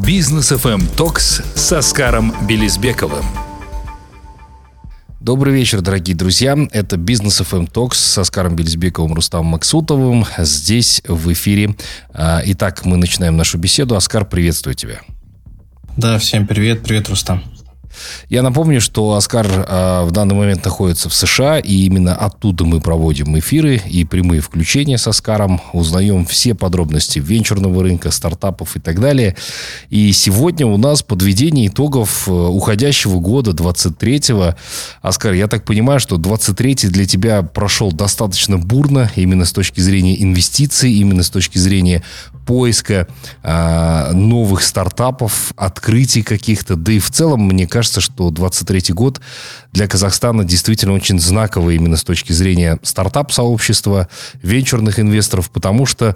Бизнес FM Talks с Оскаром Белизбековым. Добрый вечер, дорогие друзья. Это Бизнес FM Talks с Оскаром Белизбековым, Рустамом Максутовым. Здесь в эфире. Итак, мы начинаем нашу беседу. Оскар, приветствую тебя. Да, всем привет. Привет, Рустам. Я напомню, что Оскар в данный момент находится в США, и именно оттуда мы проводим эфиры и прямые включения с Оскаром, узнаем все подробности венчурного рынка, стартапов и так далее. И сегодня у нас подведение итогов уходящего года, 23-го. Оскар, я так понимаю, что 23-й для тебя прошел достаточно бурно, именно с точки зрения инвестиций, именно с точки зрения поиска новых стартапов, открытий каких-то. Да и в целом, мне кажется, что 23-й год для Казахстана действительно очень знаковый именно с точки зрения стартап-сообщества, венчурных инвесторов, потому что,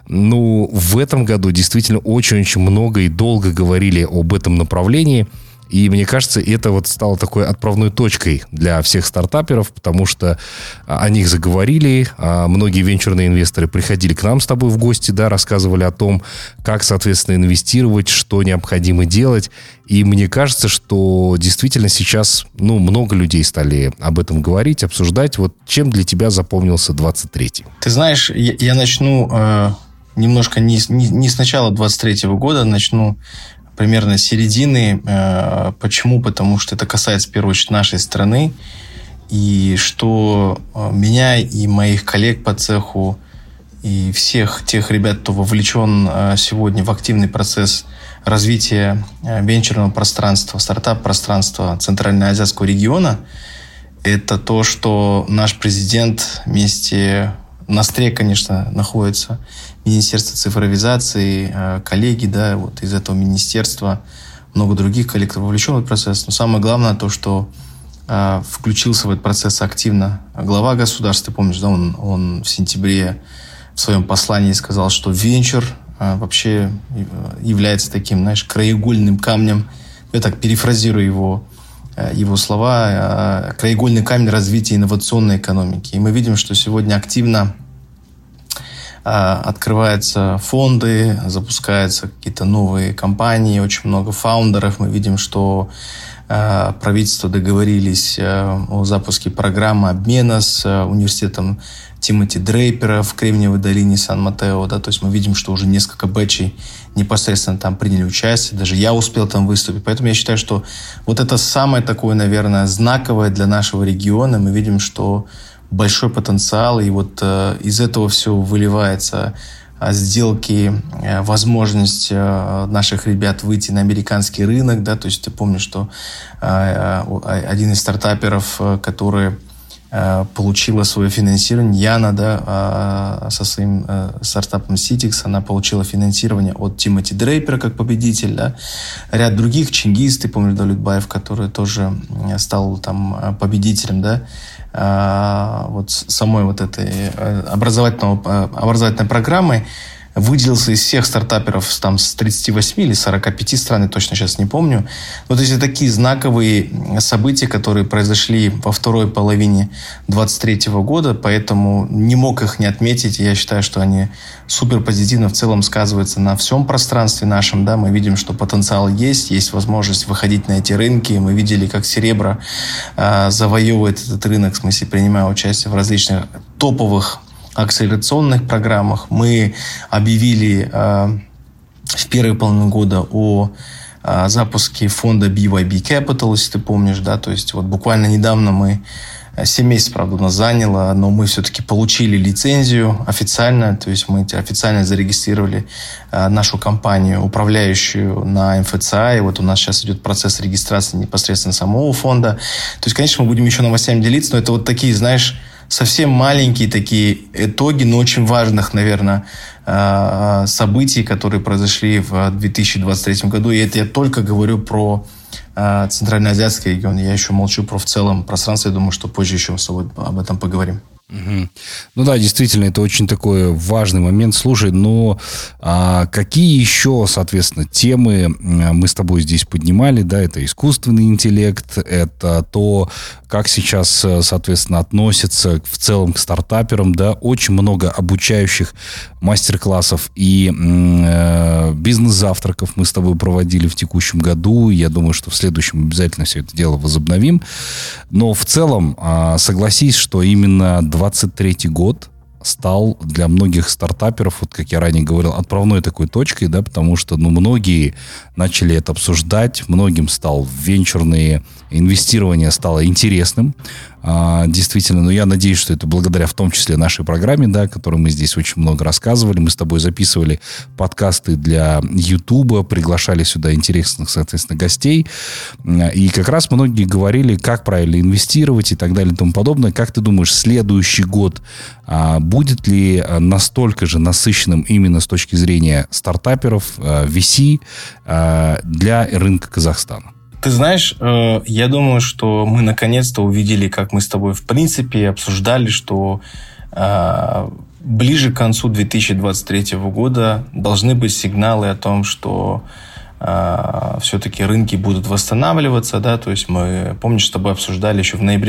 в этом году действительно очень-очень много и долго говорили об этом направлении. И мне кажется, это вот стало такой отправной точкой для всех стартаперов, потому что о них заговорили, многие венчурные инвесторы приходили к нам с тобой в гости, да, рассказывали о том, как, соответственно, инвестировать, что необходимо делать. И мне кажется, что действительно сейчас, много людей стали об этом говорить, обсуждать. Вот чем для тебя запомнился 23-й? Ты знаешь, я начну немножко не с начала 23-го года, начну примерно середины. Почему? Потому что это касается, в первую очередь, нашей страны. И что меня и моих коллег по цеху, и всех тех ребят, кто вовлечен сегодня в активный процесс развития венчурного пространства, стартап-пространства Центральноазиатского региона, это то, что наш президент вместе... На стре, конечно, находится Министерство цифровизации, коллеги, да, вот из этого министерства, много других коллег вовлечен в этот процесс. Но самое главное то, что включился в этот процесс активно глава государства. Ты помнишь, да, он в сентябре в своем послании сказал, что венчур вообще является таким, краеугольным камнем. Я так перефразирую его слова, краеугольный камень развития инновационной экономики. И мы видим, что сегодня активно открываются фонды, запускаются какие-то новые компании, очень много фаундеров. Мы видим, что правительства договорились о запуске программы обмена с университетом Тимоти Дрейпера в Кремниевой долине Сан-Матео. Да, то есть мы видим, что уже несколько бэтчей непосредственно там приняли участие. Даже я успел там выступить. Поэтому я считаю, что вот это самое такое, наверное, знаковое для нашего региона. Мы видим, что большой потенциал. И вот из этого все выливается сделки, возможность наших ребят выйти на американский рынок. Да? То есть ты помнишь, что один из стартаперов, который получила свое финансирование, Яна, да, со своим стартапом Citix, она получила финансирование от Тимоти Дрейпера как победитель, да. Ряд других, Чингиз, ты помнишь, Давлетбаев, который тоже стал там победителем, да, вот самой вот этой образовательной программы. Выделился из всех стартаперов там, с 38 или 45 стран, я точно сейчас не помню. Вот эти такие знаковые события, которые произошли во второй половине 23 года, поэтому не мог их не отметить. Я считаю, что они супер позитивно в целом сказываются на всем пространстве нашем. Да? Мы видим, что потенциал есть возможность выходить на эти рынки. Мы видели, как Серебро завоевывает этот рынок, в смысле принимая участие в различных топовых акселерационных программах. Мы объявили в первой половине года о запуске фонда BYB Capital, если ты помнишь, да, то есть вот буквально недавно 7 месяцев, правда, у нас заняло, но мы все-таки получили лицензию официально, то есть мы официально зарегистрировали нашу компанию, управляющую на МФЦА, и вот у нас сейчас идет процесс регистрации непосредственно самого фонда. То есть, конечно, мы будем еще новостями делиться, но это вот такие, знаешь, совсем маленькие такие итоги, но очень важных, наверное, событий, которые произошли в 2023 году. И это я только говорю про Центральноазиатский регион. Я еще молчу про в целом пространство. Я думаю, что позже еще с тобой об этом поговорим. Ну да, действительно, это очень такой важный момент. Слушай, но какие еще, соответственно, темы мы с тобой здесь поднимали? Да, это искусственный интеллект, это то, как сейчас, соответственно, относятся в целом к стартаперам, да, очень много обучающих мастер-классов и бизнес-завтраков мы с тобой проводили в текущем году. Я думаю, что в следующем обязательно все это дело возобновим. Но в целом, согласись, что именно 23-й год стал для многих стартаперов, вот как я ранее говорил, отправной такой точкой, да, потому что, многие начали это обсуждать, многим стал венчурное инвестирование стало интересным, действительно, но я надеюсь, что это благодаря в том числе нашей программе, да, о которой мы здесь очень много рассказывали, мы с тобой записывали подкасты для Ютуба, приглашали сюда интересных, соответственно, гостей, и как раз многие говорили, как правильно инвестировать и так далее и тому подобное. Как ты думаешь, следующий год будет ли настолько же насыщенным именно с точки зрения стартаперов, VC для рынка Казахстана? Ты знаешь, я думаю, что мы наконец-то увидели, как мы с тобой в принципе обсуждали, что ближе к концу 2023 года должны быть сигналы о том, что все-таки рынки будут восстанавливаться, да, то есть мы, помнишь, с тобой обсуждали еще в ноябре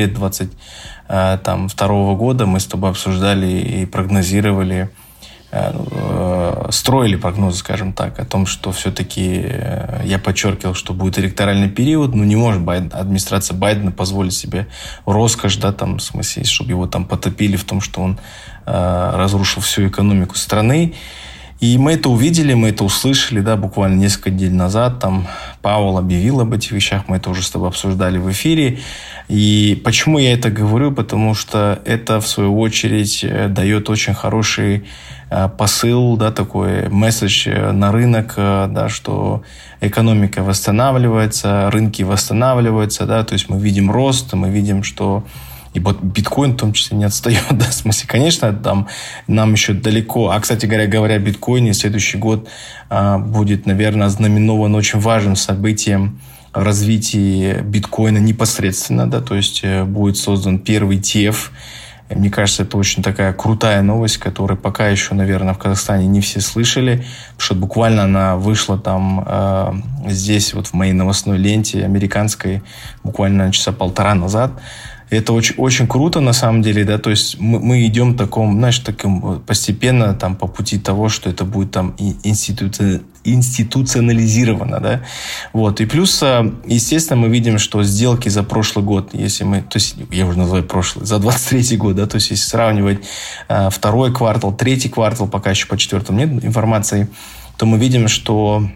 2022 года, мы с тобой обсуждали и прогнозировали, строили прогнозы, скажем так, о том, что все-таки я подчеркивал, что будет электоральный период, но не может администрация Байдена позволить себе роскошь, да, там, в смысле, чтобы его там потопили в том, что он разрушил всю экономику страны. И мы это увидели, мы это услышали, да, буквально несколько недель назад. Там Пауэлл объявил об этих вещах, мы это уже с тобой обсуждали в эфире. И почему я это говорю? Потому что это, в свою очередь, дает очень хороший посыл, да, такой месседж на рынок, да, что экономика восстанавливается, рынки восстанавливаются, да, то есть мы видим рост, мы видим, что и биткоин в том числе не отстает, да, в смысле, конечно, там нам еще далеко. А, кстати говоря о биткоине, следующий год будет, наверное, знаменован очень важным событием в развитии биткоина непосредственно, да, то есть будет создан первый ETF. Мне кажется, это очень такая крутая новость, которую пока еще, наверное, в Казахстане не все слышали, потому что буквально она вышла там здесь, вот в моей новостной ленте американской, буквально часа полтора назад. Это очень, очень круто, на самом деле, да, то есть мы идем таком, знаешь, таким постепенно там по пути того, что это будет там институционализировано, да, вот, и плюс, естественно, мы видим, что сделки за прошлый год, если мы, то есть, я уже называю прошлый, за 23-й год, да, то есть, если сравнивать второй квартал, третий квартал, пока еще по четвертому нет информации, то мы видим, что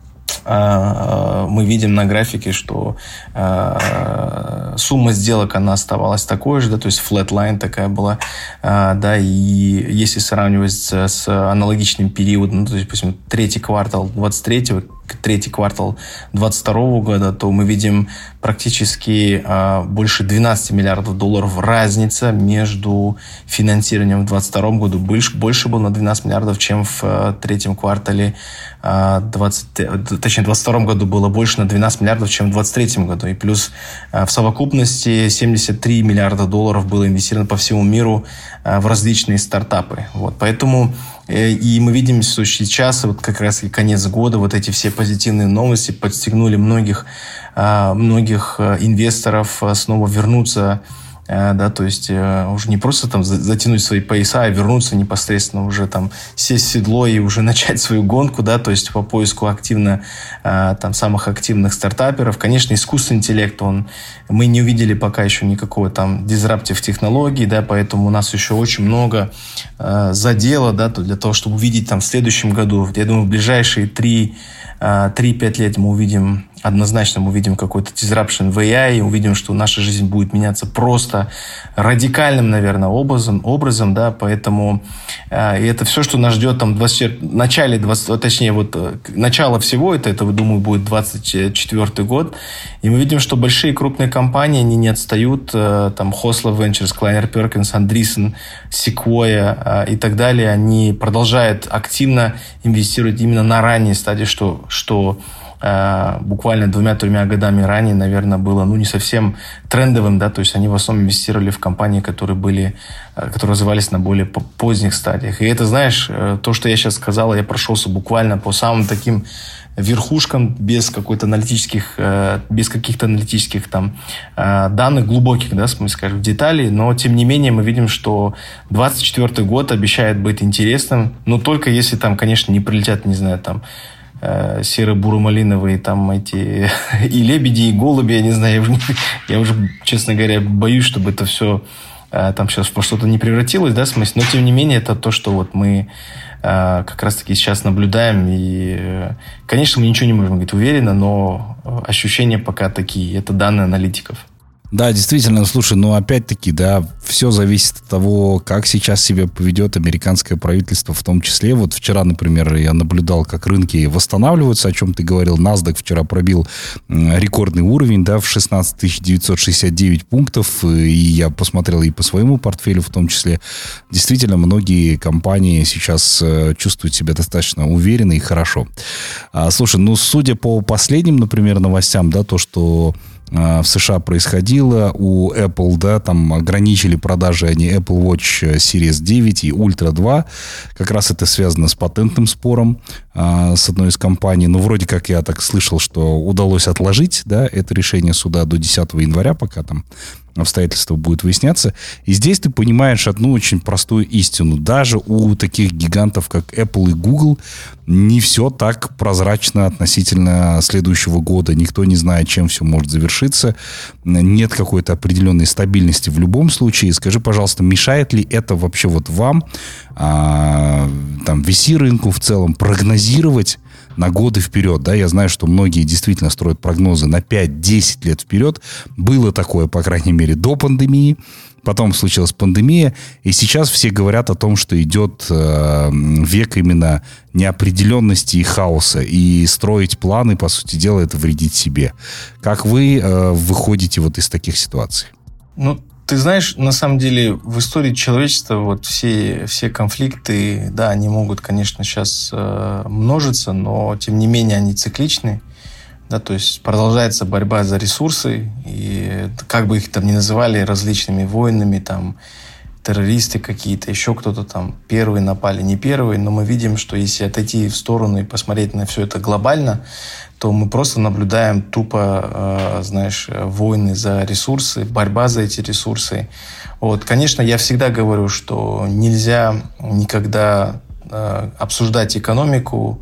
мы видим на графике, что сумма сделок, она оставалась такой же, да, то есть flatline такая была, да, и если сравнивать с аналогичным периодом, то есть, допустим, третий квартал 23-го, третий квартал 22 года, то мы видим практически больше 12 миллиардов долларов разница между финансированием в 22 году. Больше было на 12 миллиардов, чем в третьем квартале 22 году было больше на 12 миллиардов, чем в 23 году. И плюс в совокупности 73 миллиарда долларов было инвестировано по всему миру в различные стартапы. Вот. Поэтому и мы видим, что сейчас, вот как раз и конец года, вот эти все позитивные новости подстегнули многих инвесторов снова вернуться, да, то есть уже не просто там затянуть свои пояса, а вернуться непосредственно уже там сесть в седло и уже начать свою гонку, да, то есть по поиску активно там самых активных стартаперов. Конечно, искусственный интеллект, мы не увидели пока еще никакого там disruptive технологии, да, поэтому у нас еще очень много задела, да, для того, чтобы увидеть там в следующем году, я думаю, в ближайшие 3-5 лет однозначно мы увидим какой-то disruption в AI, и увидим, что наша жизнь будет меняться просто радикальным, наверное, образом, да, поэтому и это все, что нас ждет там начало всего, это, думаю, будет 24 год, и мы видим, что большие крупные компании, они не отстают, там, Khosla Ventures, Kleiner Perkins, Andreessen, Sequoia и так далее, они продолжают активно инвестировать именно на ранней стадии, что буквально 2-3 годами ранее, наверное, было не совсем трендовым, да, то есть они в основном инвестировали в компании, которые развивались на более поздних стадиях. И это, знаешь, то, что я сейчас сказал, я прошелся буквально по самым таким верхушкам без каких-то аналитических там данных глубоких, да, в смысле, скажем, деталей, но тем не менее мы видим, что 2024 год обещает быть интересным, но только если там, конечно, не прилетят, не знаю, там серо-буро-малиновые там эти и лебеди, и голуби, я не знаю, я уже, честно говоря, боюсь, чтобы это все там сейчас во что-то не превратилось, да, в смысле, но тем не менее это то, что вот мы как раз-таки сейчас наблюдаем. И, конечно, мы ничего не можем говорить уверенно, но ощущения пока такие. Это данные аналитиков. Да, действительно, слушай, опять-таки, да, все зависит от того, как сейчас себя поведет американское правительство в том числе. Вот вчера, например, я наблюдал, как рынки восстанавливаются, о чем ты говорил. NASDAQ вчера пробил рекордный уровень, да, в 16 969 пунктов. И я посмотрел и по своему портфелю в том числе. Действительно, многие компании сейчас чувствуют себя достаточно уверенно и хорошо. Слушай, судя по последним, например, новостям, да, то, что в США происходило, у Apple, да, там ограничили продажи они Apple Watch Series 9 и Ultra 2. Как раз это связано с патентным спором с одной из компаний. Вроде как я так слышал, что удалось отложить, да, это решение суда до 10 января, пока там обстоятельства будут выясняться. И здесь ты понимаешь одну очень простую истину. Даже у таких гигантов, как Apple и Google, не все так прозрачно относительно следующего года. Никто не знает, чем все может завершиться. Нет какой-то определенной стабильности в любом случае. Скажи, пожалуйста, мешает ли это вообще вот вам, VC-рынку в целом, прогнозировать на годы вперед, да, я знаю, что многие действительно строят прогнозы на 5-10 лет вперед. Было такое, по крайней мере, до пандемии. Потом случилась пандемия, и сейчас все говорят о том, что идет век именно неопределенности и хаоса, и строить планы, по сути дела, это вредит себе. Как вы выходите вот из таких ситуаций? Ты знаешь, на самом деле в истории человечества вот все конфликты, да, они могут, конечно, сейчас множиться, но тем не менее они цикличны. Да, то есть продолжается борьба за ресурсы, и как бы их там ни называли различными войнами, там, террористы какие-то, еще кто-то там, первые напали, не первые, но мы видим, что если отойти в сторону и посмотреть на все это глобально, то мы просто наблюдаем тупо, войны за ресурсы, борьба за эти ресурсы. Вот, конечно, я всегда говорю, что нельзя никогда обсуждать экономику,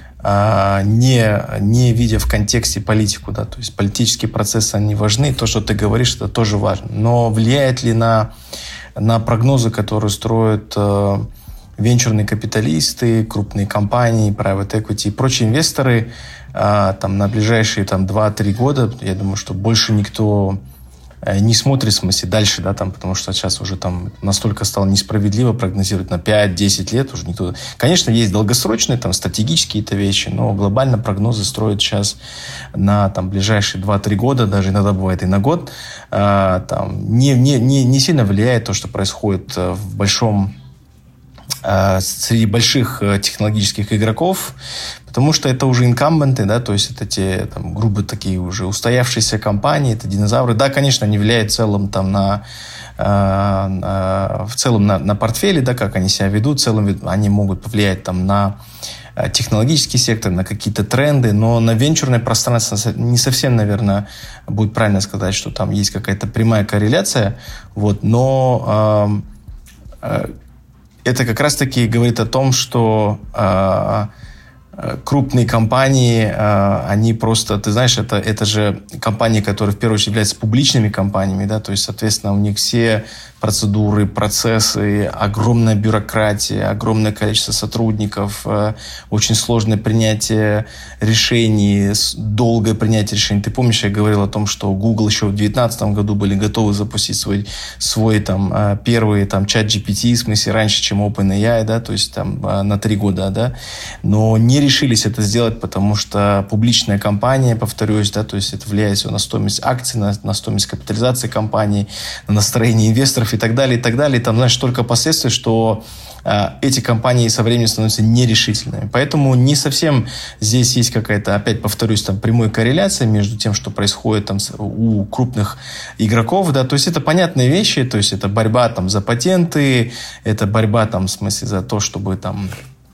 не видя в контексте политику, да, то есть политические процессы, они важны, то, что ты говоришь, это тоже важно. Но влияет ли на прогнозы, которые строят венчурные капиталисты, крупные компании, private equity и прочие инвесторы на ближайшие 2-3 года? Я думаю, что больше никто не смотрит, в смысле, дальше, да, потому что сейчас уже настолько стало несправедливо прогнозировать на 5-10 лет, уже никто... Конечно, есть долгосрочные, стратегические какие-то вещи, но глобально прогнозы строят сейчас на ближайшие 2-3 года, даже иногда бывает и на год. Не сильно влияет то, что происходит среди больших технологических игроков, потому что это уже инкамбенты, да, то есть это те, грубо такие уже устоявшиеся компании, это динозавры. Да, конечно, они влияют в целом на портфели, да, как они себя ведут, в целом они могут повлиять на технологический сектор, на какие-то тренды, но на венчурное пространство не совсем, наверное, будет правильно сказать, что там есть какая-то прямая корреляция, вот, но это как раз-таки говорит о том, что крупные компании, они просто, ты знаешь, это же компании, которые в первую очередь являются публичными компаниями, да, то есть, соответственно, у них все процедуры, процессы, огромная бюрократия, огромное количество сотрудников, очень сложное принятие решений, долгое принятие решений. Ты помнишь, я говорил о том, что Google еще в 2019 году были готовы запустить свой первый чат GPT, в смысле раньше, чем OpenAI, да, то есть на 3 года, да, но не решились это сделать, потому что публичная компания, повторюсь, да, то есть это влияет все на стоимость акций, на стоимость капитализации компании, на настроение инвесторов и так далее, и так далее. И там, знаешь, столько последствий, что эти компании со временем становятся нерешительными. Поэтому не совсем здесь есть какая-то, опять повторюсь, там прямая корреляция между тем, что происходит там у крупных игроков, да, то есть это понятные вещи, то есть это борьба там за патенты, это борьба там в смысле за то, чтобы там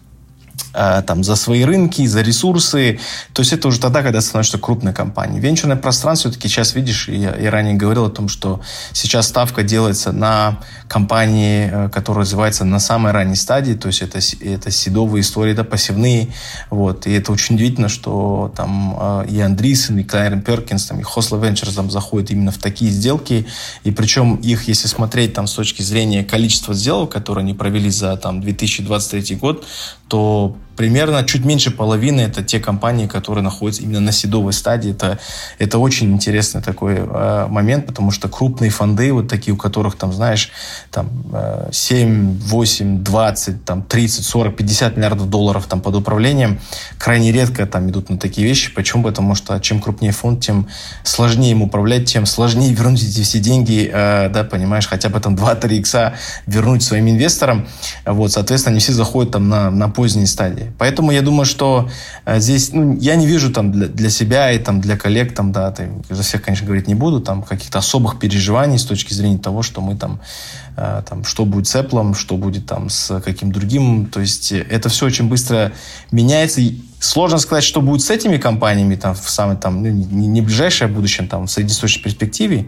за свои рынки, за ресурсы. То есть это уже тогда, когда становишься крупной компанией. Венчурное пространство все-таки сейчас, видишь, я ранее говорил о том, что сейчас ставка делается на компании, которые развиваются на самой ранней стадии. То есть это седовые истории, это пассивные. Вот. И это очень удивительно, что там и Андреессен, и Клайрен Перкинс, там, и Хосла Венчурс там заходят именно в такие сделки. И причем их, если смотреть там, с точки зрения количества сделок, которые они провели за там, 2023 год, то примерно чуть меньше половины это те компании, которые находятся именно на седовой стадии. Это очень интересный такой момент, потому что крупные фонды, вот такие, у которых, там, знаешь, там 7, 8, 20, там, 30, 40, 50 миллиардов долларов там, под управлением, крайне редко там идут на такие вещи. Почему? Потому что чем крупнее фонд, тем сложнее им управлять, тем сложнее вернуть эти все деньги, да, понимаешь, хотя бы там 2-3 икса вернуть своим инвесторам. Вот, соответственно, они все заходят там на поздней стадии. Поэтому я думаю, что здесь, я не вижу там для себя и там для коллег, там, да, за всех, конечно, говорить не буду, там каких-то особых переживаний с точки зрения того, что мы там что будет с Apple, что будет там с каким другим. То есть это все очень быстро меняется. И сложно сказать, что будет с этими компаниями там, в самой там, не ближайшее будущее, там, в среднесрочной перспективе,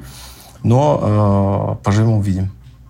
но поживем увидим.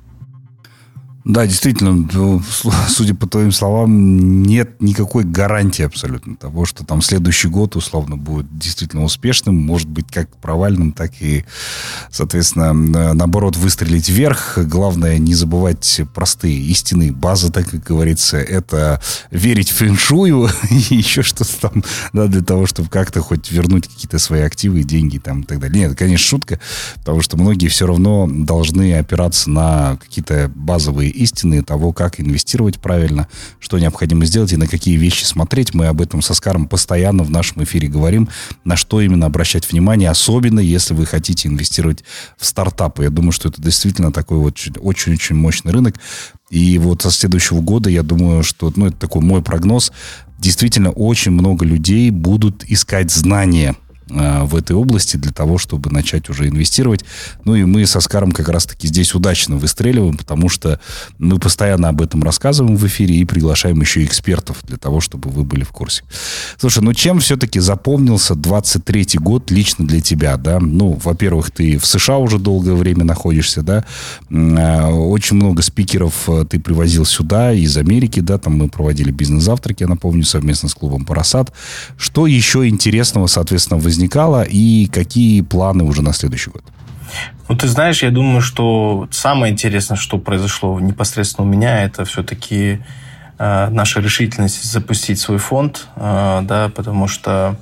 Да, действительно, судя по твоим словам, нет никакой гарантии абсолютно того, что там следующий год условно будет действительно успешным, может быть как провальным, так и, соответственно, наоборот, выстрелить вверх. Главное не забывать простые истины. База, так как говорится, это верить в фэншую и еще что-то там, да, для того, чтобы как-то хоть вернуть какие-то свои активы, деньги там и так далее. Нет, это, конечно, шутка, потому что многие все равно должны опираться на какие-то базовые истины того, как инвестировать правильно, что необходимо сделать и на какие вещи смотреть. Мы об этом с Оскаром постоянно в нашем эфире говорим, на что именно обращать внимание, особенно если вы хотите инвестировать в стартапы. Я думаю, что это действительно такой вот очень-очень мощный рынок. И вот со следующего года, я думаю, что, это такой мой прогноз, действительно очень много людей будут искать знания в этой области для того, чтобы начать уже инвестировать. Ну и мы с Оскаром как раз-таки здесь удачно выстреливаем, потому что мы постоянно об этом рассказываем в эфире и приглашаем еще экспертов для того, чтобы вы были в курсе. Слушай, чем все-таки запомнился 23-й год лично для тебя, да? Во-первых, ты в США уже долгое время находишься, да? Очень много спикеров ты привозил сюда из Америки, да? Там мы проводили бизнес-завтраки, я напомню, совместно с клубом «Парасат». Что еще интересного, соответственно, возникало и какие планы уже на следующий год? Ты знаешь, я думаю, что самое интересное, что произошло непосредственно у меня, это все-таки наша решительность запустить свой фонд, да, потому что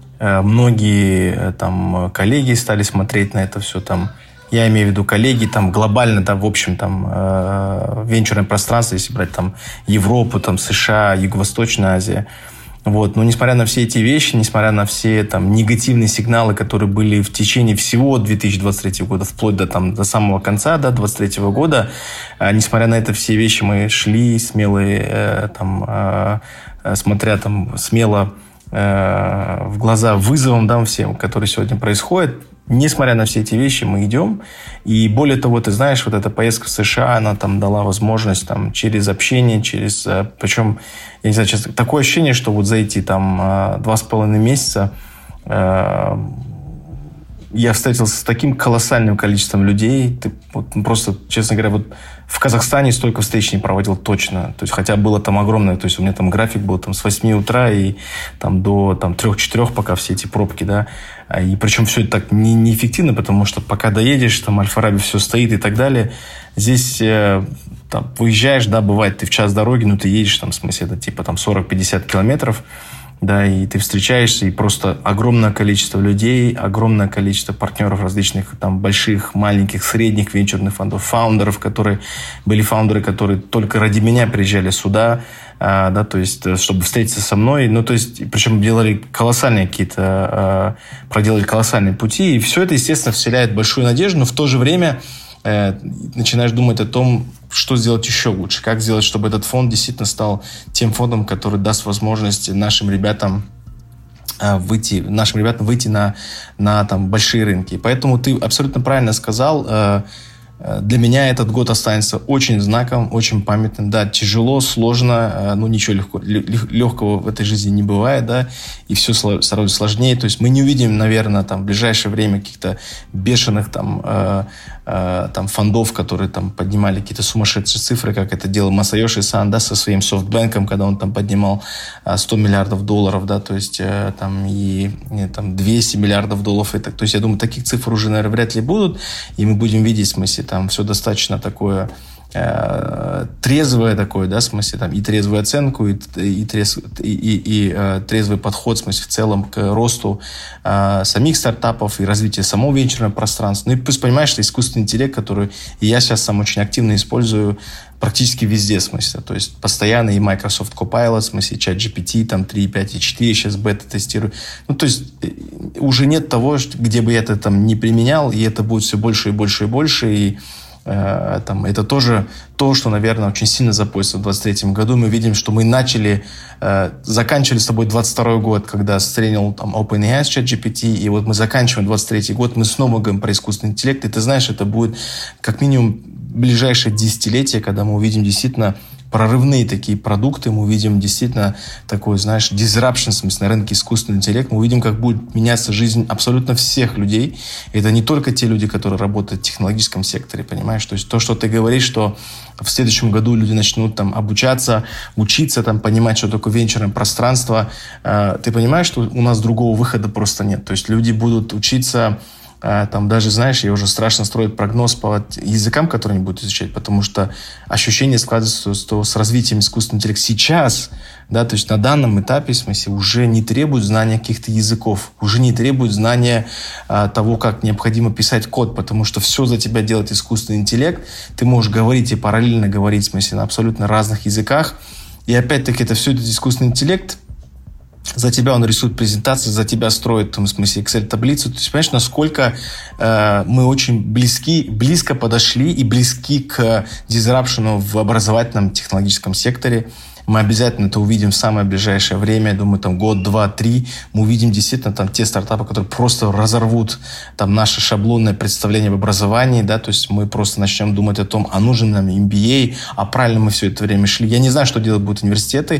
многие там коллеги стали смотреть на это все там. Я имею в виду коллеги там глобально, да, в общем, там венчурное пространство, если брать там Европу, там США, Юго-Восточная Азия. Вот. Но несмотря на все эти вещи, несмотря на все там негативные сигналы, которые были в течение всего 2023 года, вплоть до самого конца 2023 года, несмотря на это все вещи, мы шли смелые, смотря там смело в глаза вызовам, да, всем, которые сегодня происходят. Несмотря на все эти вещи, мы идем. И более того, ты знаешь, вот эта поездка в США, она там дала возможность там, через общение, причем, я не знаю, честно, такое ощущение, что вот за эти там 2,5 месяца я встретился с таким колоссальным количеством людей. Просто, честно говоря, вот в Казахстане столько встреч не проводил точно. То есть, хотя было там огромное, то есть у меня там график был там, с 8 утра и там, до там, 3-4, пока все эти пробки, да. И причем все это так неэффективно, потому что пока доедешь, там Аль-Фараби все стоит и так далее. Здесь там, выезжаешь, да, бывает, ты в час дороги, но ты едешь, там, в смысле, это типа там 40-50 километров, да, и ты встречаешься, и просто огромное количество людей, огромное количество партнеров различных, там, больших, маленьких, средних венчурных фондов, фаундеры, которые только ради меня приезжали сюда, да, то есть, чтобы встретиться со мной, то есть, причем проделали колоссальные пути, и все это, естественно, вселяет большую надежду, но в то же время начинаешь думать о том, что сделать еще лучше, как сделать, чтобы этот фонд действительно стал тем фондом, который даст возможность нашим ребятам выйти на там, большие рынки. Поэтому ты абсолютно правильно сказал. Для меня этот год останется очень знаковым, очень памятным. Да, тяжело, сложно, ничего легкого в этой жизни не бывает, да, и все становится сложнее. То есть мы не увидим, наверное, там, в ближайшее время каких-то бешеных там фондов, которые там поднимали какие-то сумасшедшие цифры, как это делал Масайоши Сан, да, со своим софтбанком, когда он там поднимал $100 миллиардов, да, то есть там и там 200 миллиардов долларов. То есть я думаю, таких цифр уже, наверное, вряд ли будут, и мы будем видеть, в смысле, там все достаточно такое трезвое такое, да, в смысле, там, и трезвую оценку, и трезвый подход, в смысле, в целом к росту самих стартапов и развитию самого венчурного пространства. Ну и плюс, понимаешь, что искусственный интеллект, который я сейчас сам очень активно использую практически везде, в смысле, то есть постоянно и Microsoft Copilot, в смысле, ChatGPT, там 3.5 и 4 сейчас бета тестирую. Ну, то есть уже нет того, где бы я это там не применял, и это будет все больше и больше и больше, и это тоже то, что, наверное, очень сильно запустится в 2023 году. Мы видим, что мы заканчивали с тобой 22 год, когда стрельнул там OpenAI с ChatGPT, и вот мы заканчиваем 23 год, мы снова говорим про искусственный интеллект, и ты знаешь, это будет как минимум ближайшее десятилетие, когда мы увидим действительно прорывные такие продукты, мы увидим действительно такой, знаешь, disruption, в смысле, на рынке искусственного интеллекта, мы увидим, как будет меняться жизнь абсолютно всех людей. И это не только те люди, которые работают в технологическом секторе, понимаешь? То есть то, что ты говоришь, что в следующем году люди начнут там обучаться, учиться, там, понимать, что такое венчурное пространство, ты понимаешь, что у нас другого выхода просто нет. То есть люди будут учиться. Там даже, знаешь, я уже страшно строить прогноз по языкам, которые они будут изучать, потому что ощущение складывается, что с развитием искусственного интеллекта сейчас, да, то есть на данном этапе, в смысле, уже не требуют знания каких-то языков, уже не требуют знания того, как необходимо писать код, потому что все за тебя делает искусственный интеллект. Ты можешь говорить и параллельно говорить, в смысле, на абсолютно разных языках. И опять-таки это все этот искусственный интеллект. За тебя он рисует презентации, за тебя строит, в смысле, Excel-таблицу. То есть, понимаешь, насколько мы очень близко подошли и близки к дизрапшену в образовательном технологическом секторе. Мы обязательно это увидим в самое ближайшее время. Я думаю, там год, два, три. Мы увидим действительно там те стартапы, которые просто разорвут там наше шаблонное представление об образовании, да, то есть мы просто начнем думать о том, а нужен нам MBA, а правильно мы все это время шли. Я не знаю, что делать будут университеты,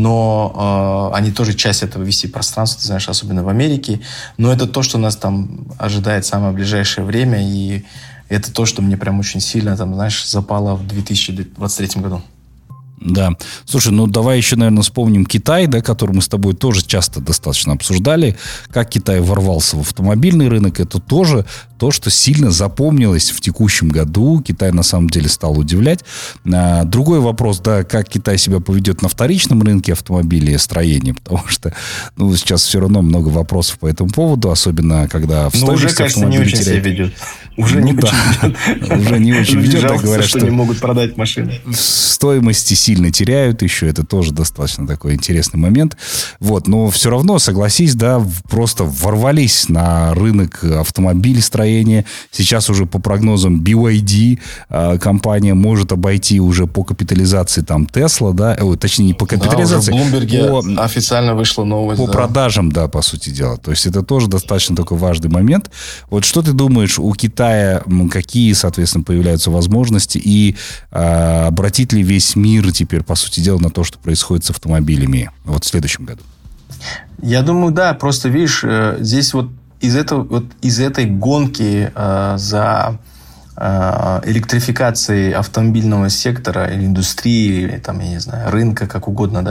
но они тоже часть этого VC-пространства, ты знаешь, особенно в Америке. Но это то, что нас там ожидает в самое ближайшее время, и это то, что мне прям очень сильно, там, знаешь, запало в 2023 году. Да. Слушай, давай еще, наверное, вспомним Китай, да, который мы с тобой тоже часто достаточно обсуждали. Как Китай ворвался в автомобильный рынок, это тоже то, что сильно запомнилось в текущем году. Китай на самом деле стал удивлять. Другой вопрос, да, как Китай себя поведет на вторичном рынке автомобилей и строения, потому что сейчас все равно много вопросов по этому поводу, особенно когда в стоимости автомобиля уже, кажется, не очень себя ведет. Уже не очень ведет, так говорят, что не могут продать машины. Стоимости сильно теряют еще, это тоже достаточно такой интересный момент. Вот, но все равно, согласись, да, просто ворвались на рынок автомобилестроения. Сейчас уже по прогнозам BYD компания может обойти уже по капитализации там Tesla, да, точнее не по капитализации. Да, уже в Bloomberg официально вышла новость. По продажам, да, по сути дела. То есть это тоже достаточно такой важный момент. Вот что ты думаешь, у Китая какие, соответственно, появляются возможности и обратит ли весь мир теперь, по сути дела, на то, что происходит с автомобилями вот в следующем году? Я думаю, да. Просто, видишь, здесь вот из этой гонки за электрификацией автомобильного сектора или индустрии, или там, я не знаю, рынка, как угодно,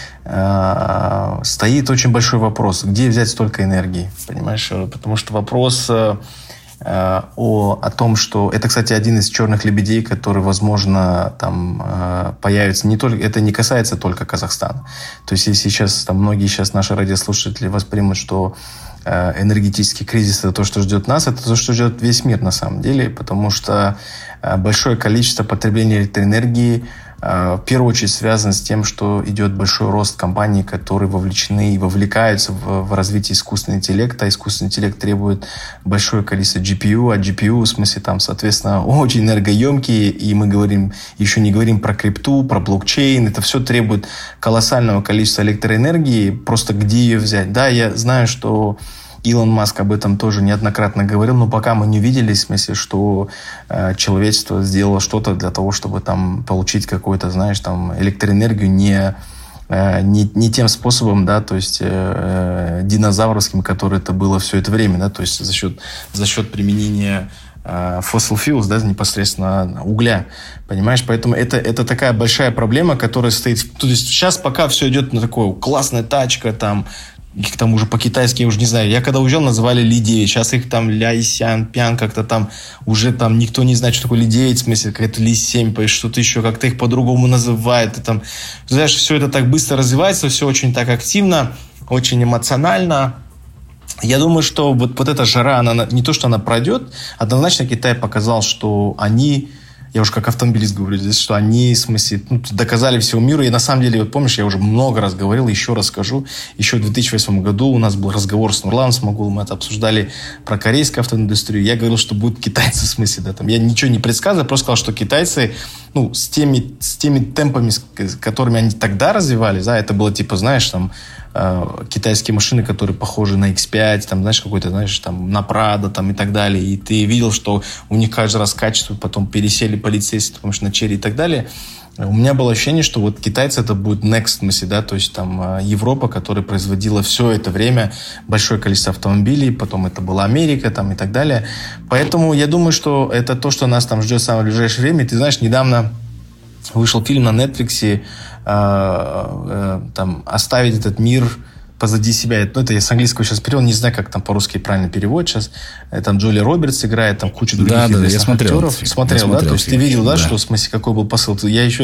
да, стоит очень большой вопрос. Где взять столько энергии? Понимаешь? Потому что вопрос о том, что... Это, кстати, один из черных лебедей, который, возможно, там появится не только... Это не касается только Казахстана. То есть, если сейчас там многие наши радиослушатели воспримут, что энергетический кризис – это то, что ждет нас, это то, что ждет весь мир на самом деле, потому что большое количество потребления электроэнергии в первую очередь связан с тем, что идет большой рост компаний, которые вовлечены и вовлекаются в развитие искусственного интеллекта. Искусственный интеллект требует большое количество GPU, а GPU, в смысле, там, соответственно, очень энергоемкие, и мы еще не говорим про крипту, про блокчейн. Это все требует колоссального количества электроэнергии. Просто где ее взять? Да, я знаю, что Илон Маск об этом тоже неоднократно говорил, но пока мы не видели, в смысле, что человечество сделало что-то для того, чтобы там получить какую-то, знаешь, там, электроэнергию не тем способом, да, то есть динозавровским, который это было все это время, да, то есть за счет применения fossil fuels, да, непосредственно угля, понимаешь? Поэтому это такая большая проблема, которая стоит... То есть сейчас пока все идет на такое классная тачка, там, их там уже по-китайски, я уже не знаю. Я когда уезжал, называли Ли-9. Сейчас их там Ляй-Сян, Пян, как-то там уже там никто не знает, что такое Ли-9, в смысле, какая-то Ли-7, что-то еще, как-то их по-другому называют. И там, знаешь, все это так быстро развивается, все очень так активно, очень эмоционально. Я думаю, что вот эта жара, она не то, что она пройдет, однозначно Китай показал, что они... Я уже как автомобилист говорю здесь, что они, в смысле, доказали всему миру. И на самом деле, вот помнишь, я уже много раз говорил, еще раз скажу. Еще в 2008 году у нас был разговор с Нурланом Смагулом, мы это обсуждали про корейскую автоиндустрию. Я говорил, что будут китайцы, в смысле, да, там. Я ничего не предсказывал, просто сказал, что китайцы, с теми темпами, с которыми они тогда развивались, да, это было типа, знаешь, там, китайские машины, которые похожи на X5, там, знаешь, какой-то, знаешь, там, на Prado, там, и так далее. И ты видел, что у них каждый раз качество, потом пересели полицейские, потому что на Черри и так далее. У меня было ощущение, что вот китайцы это будет next, в смысле, да, то есть там Европа, которая производила все это время большое количество автомобилей, потом это была Америка, там, и так далее. Поэтому я думаю, что это то, что нас там ждет в самое ближайшее время. И ты знаешь, недавно вышел фильм на Netflix, там, «Оставить этот мир позади себя». Это я с английского сейчас перевел, не знаю, как там по-русски правильно перевод сейчас. Там Джулия Робертс играет, там куча других известных актеров. Смотрел, да? То есть ты видел, да, что, в смысле, какой был посыл?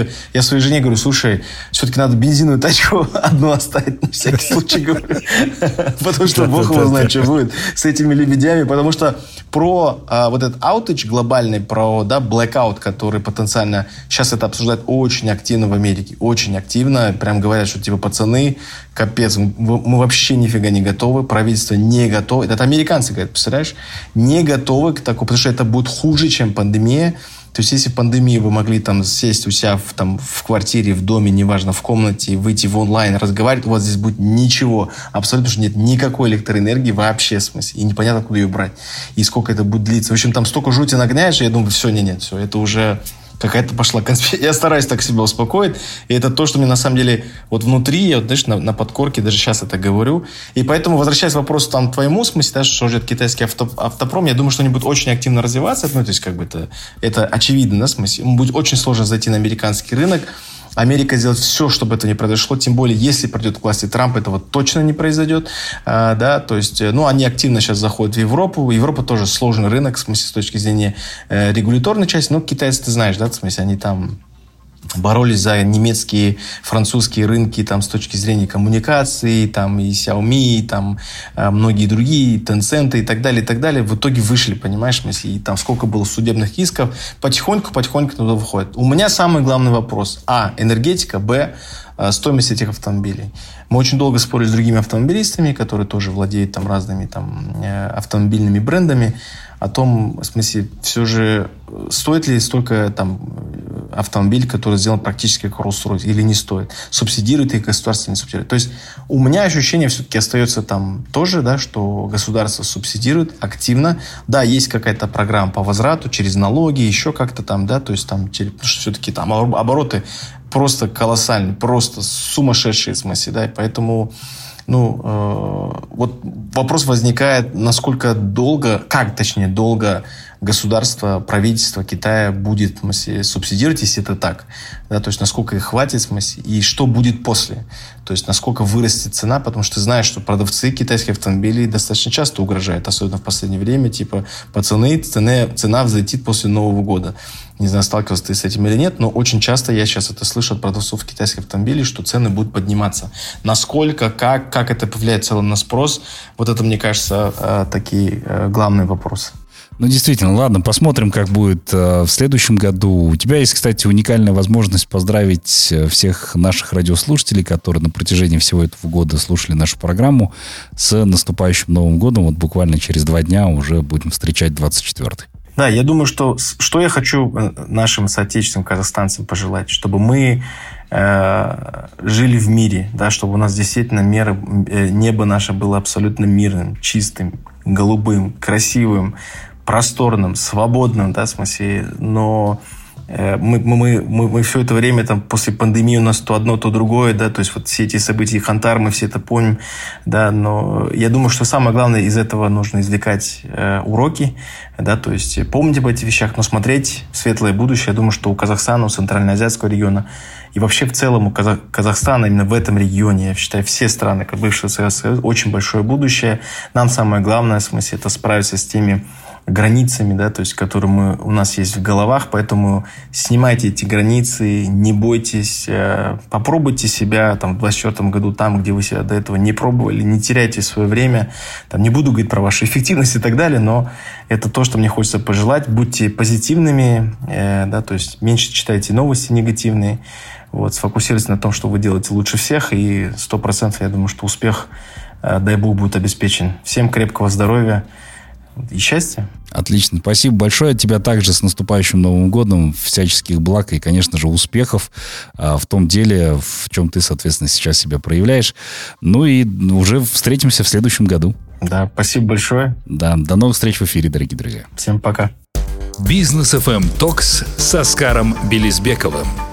Я своей жене говорю, слушай, все-таки надо бензиновую тачку одну оставить, на всякий случай, говорю. Потому что Бог его знает, что будет с этими лебедями. Потому что про вот этот outage глобальный, про, да, blackout, который потенциально сейчас это обсуждают очень активно в Америке. Очень активно. Прям говорят, что типа, пацаны, капец, мы вообще нифига не готовы, правительство не готово. Это американцы говорят, представляешь? Не готовы к такому, потому что это будет хуже, чем пандемия. То есть, если в пандемии вы могли там сесть у себя в квартире, в доме, неважно, в комнате, выйти в онлайн, разговаривать, у вас здесь будет ничего. Абсолютно, потому что нет никакой электроэнергии вообще, в смысле. И непонятно, откуда ее брать. И сколько это будет длиться. В общем, там столько жути нагоняешь, и я думаю, все, все, это уже... какая-то пошла конспирация. Я стараюсь так себя успокоить. И это то, что мне на самом деле вот внутри, я, вот, знаешь, на подкорке даже сейчас это говорю. И поэтому, возвращаясь к вопросу там твоему, в смысле, да, что ждет китайский автопром, я думаю, что они будут очень активно развиваться. То есть, как бы это очевидно, да, в смысле. Будет очень сложно зайти на американский рынок. Америка сделает все, чтобы это не произошло, тем более, если придет к власти Трамп, этого точно не произойдет, да, то есть, они активно сейчас заходят в Европу, Европа тоже сложный рынок, в смысле, с точки зрения регуляторной части, но китайцы, ты знаешь, да, в смысле, они там боролись за немецкие, французские рынки там, с точки зрения коммуникации, там и Xiaomi, и, там многие другие, Tencent и так далее, и так далее. В итоге вышли, понимаешь, в смысле, и там сколько было судебных исков, потихоньку туда выходит. У меня самый главный вопрос. Энергетика, стоимость этих автомобилей. Мы очень долго спорили с другими автомобилистами, которые тоже владеют там разными там автомобильными брендами, о том, в смысле, все же стоит ли столько там автомобиль, который сделан практически как Rolls-Royce, или не стоит? Субсидирует их государство, не субсидирует? То есть у меня ощущение все-таки остается там тоже, да, что государство субсидирует активно. Да, есть какая-то программа по возврату через налоги, еще как-то там, да, то есть там, потому что все-таки там обороты просто колоссальные, просто сумасшедшие в смысле, да, и поэтому... вот вопрос возникает, насколько долго государство, правительство Китая будет, в смысле, субсидировать, если это так. Да, то есть, насколько их хватит, в смысле, и что будет после. То есть, насколько вырастет цена, потому что ты знаешь, что продавцы китайских автомобилей достаточно часто угрожают, особенно в последнее время, типа, пацаны, цена взлетит после Нового года. Не знаю, сталкивался ты с этим или нет, но очень часто я сейчас это слышу от продавцов китайских автомобилей, что цены будут подниматься. Насколько, как это повлияет в целом на спрос, вот это, мне кажется, такие главные вопросы. Ну, действительно, ладно, посмотрим, как будет в следующем году. У тебя есть, кстати, уникальная возможность поздравить всех наших радиослушателей, которые на протяжении всего этого года слушали нашу программу, с наступающим Новым годом. Вот буквально через 2 дня уже будем встречать 24-й. Да, я думаю, что я хочу нашим соотечественным казахстанцам пожелать, чтобы мы жили в мире, да, чтобы у нас действительно небо наше было абсолютно мирным, чистым, голубым, красивым, просторным, свободным, да, в смысле, но мы все это время, там, после пандемии у нас то одно, то другое, да, то есть вот все эти события Хантар, мы все это помним, да, но я думаю, что самое главное из этого нужно извлекать уроки, да, то есть помнить об этих вещах, но смотреть в светлое будущее. Я думаю, что у Казахстана, у Центральноазиатского региона и вообще в целом у Казахстана именно в этом регионе, я считаю, все страны, как бывшего Советского Союза, очень большое будущее. Нам самое главное, в смысле, это справиться с теми границами, да, то есть, которые у нас есть в головах, поэтому снимайте эти границы, не бойтесь, попробуйте себя там, в 2024 году там, где вы себя до этого не пробовали, не теряйте свое время, там, не буду говорить про вашу эффективность и так далее, но это то, что мне хочется пожелать, будьте позитивными, да, то есть меньше читайте новости негативные, вот, сфокусируйтесь на том, что вы делаете лучше всех, и 100% я думаю, что успех, дай Бог, будет обеспечен. Всем крепкого здоровья и счастья. Отлично. Спасибо большое. Тебя также с наступающим Новым годом. Всяческих благ и, конечно же, успехов в том деле, в чем ты, соответственно, сейчас себя проявляешь. Ну и уже встретимся в следующем году. Да, спасибо большое. Да, до новых встреч в эфире, дорогие друзья. Всем пока. Бизнес FM Talks с Оскаром Белизбековым.